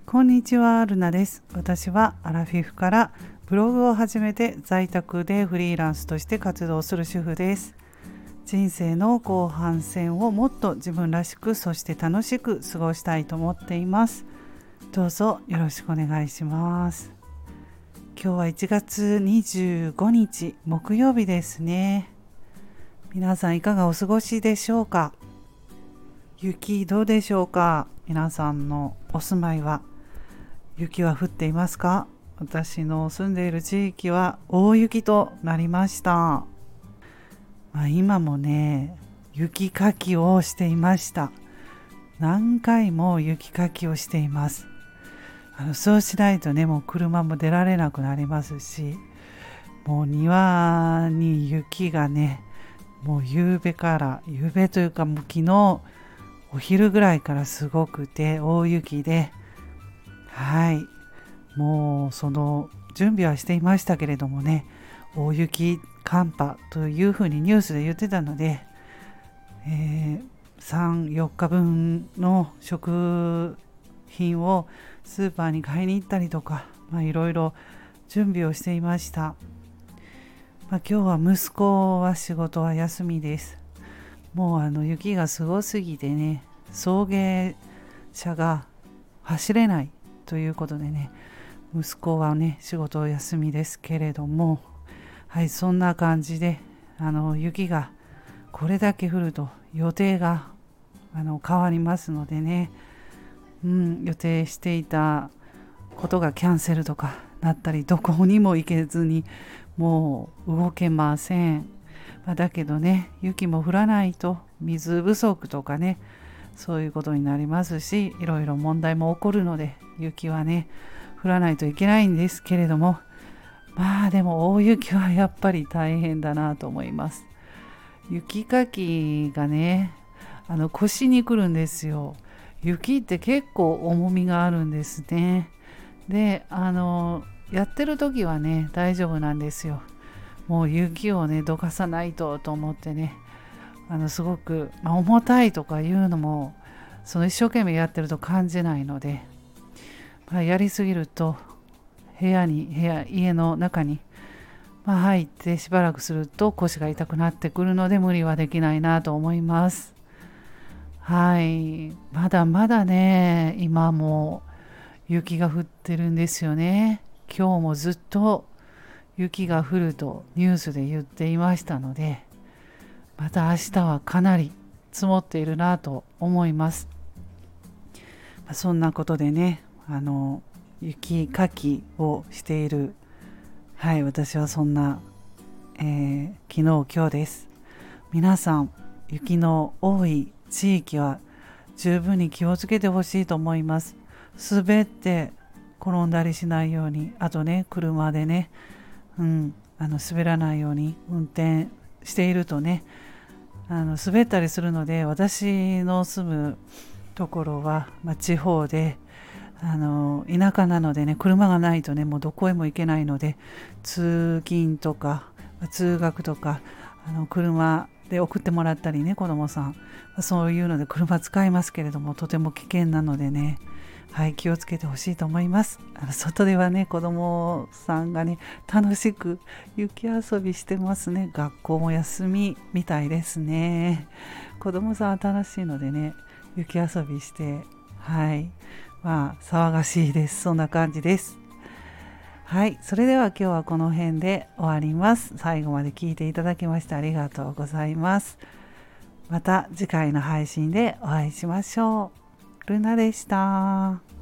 こんにちは、ルナです。私はアラフィフからブログを始めて在宅でフリーランスとして活動する主婦です。人生の後半戦をもっと自分らしく、そして楽しく過ごしたいと思っています。どうぞよろしくお願いします。今日は1月25日木曜日ですね。皆さんいかがお過ごしでしょうか。雪どうでしょうか。皆さんのお住まいは雪は降っていますか。私の住んでいる地域は大雪となりました。今もね、雪かきをしていました。何回も雪かきをしています。そうしないとね、もう車も出られなくなりますし、もう庭に雪がね、もう夕べというかもう昨日お昼ぐらいからすごくて大雪で、もうその準備はしていましたけれどもね、大雪寒波というふうにニュースで言ってたので、3、4日分の食品をスーパーに買いに行ったりとか、いろいろ準備をしていました。今日は息子は仕事は休みです。もう雪がすごすぎてね、送迎車が走れないということでね、息子はね仕事休みですけれども、そんな感じで雪がこれだけ降ると予定が変わりますのでね、予定していたことがキャンセルとかなったり、どこにも行けずにもう動けません。だけどね、雪も降らないと水不足とかね、そういうことになりますし、いろいろ問題も起こるので、雪はね降らないといけないんですけれども、でも大雪はやっぱり大変だなと思います。雪かきがね、腰にくるんですよ。雪って結構重みがあるんですね。で、やってる時はね大丈夫なんですよ。もう雪をねどかさないと思ってね、すごく、重たいとかいうのもその一生懸命やってると感じないので、やりすぎると家の中に、入ってしばらくすると腰が痛くなってくるので、無理はできないなと思います。まだまだね、今も雪が降ってるんですよね。今日もずっと雪が降るとニュースで言っていましたので、また明日はかなり積もっているなと思います。そんなことでね、雪かきをしている、私はそんな、昨日今日です。皆さん、雪の多い地域は十分に気をつけてほしいと思います。滑って転んだりしないように、あとね車でね、滑らないように運転しているとね、滑ったりするので、私の住むところは、地方で田舎なのでね、車がないとねもうどこへも行けないので、通勤とか通学とか車で送ってもらったりね、子供さんそういうので車使いますけれども、とても危険なのでね、気をつけてほしいと思います。外ではね子供さんがね楽しく雪遊びしてますね。学校も休みみたいですね。子供さんは楽しいのでね、雪遊びして騒がしいです。そんな感じです。それでは今日はこの辺で終わります。最後まで聞いていただきましてありがとうございます。また次回の配信でお会いしましょう。ルナでした。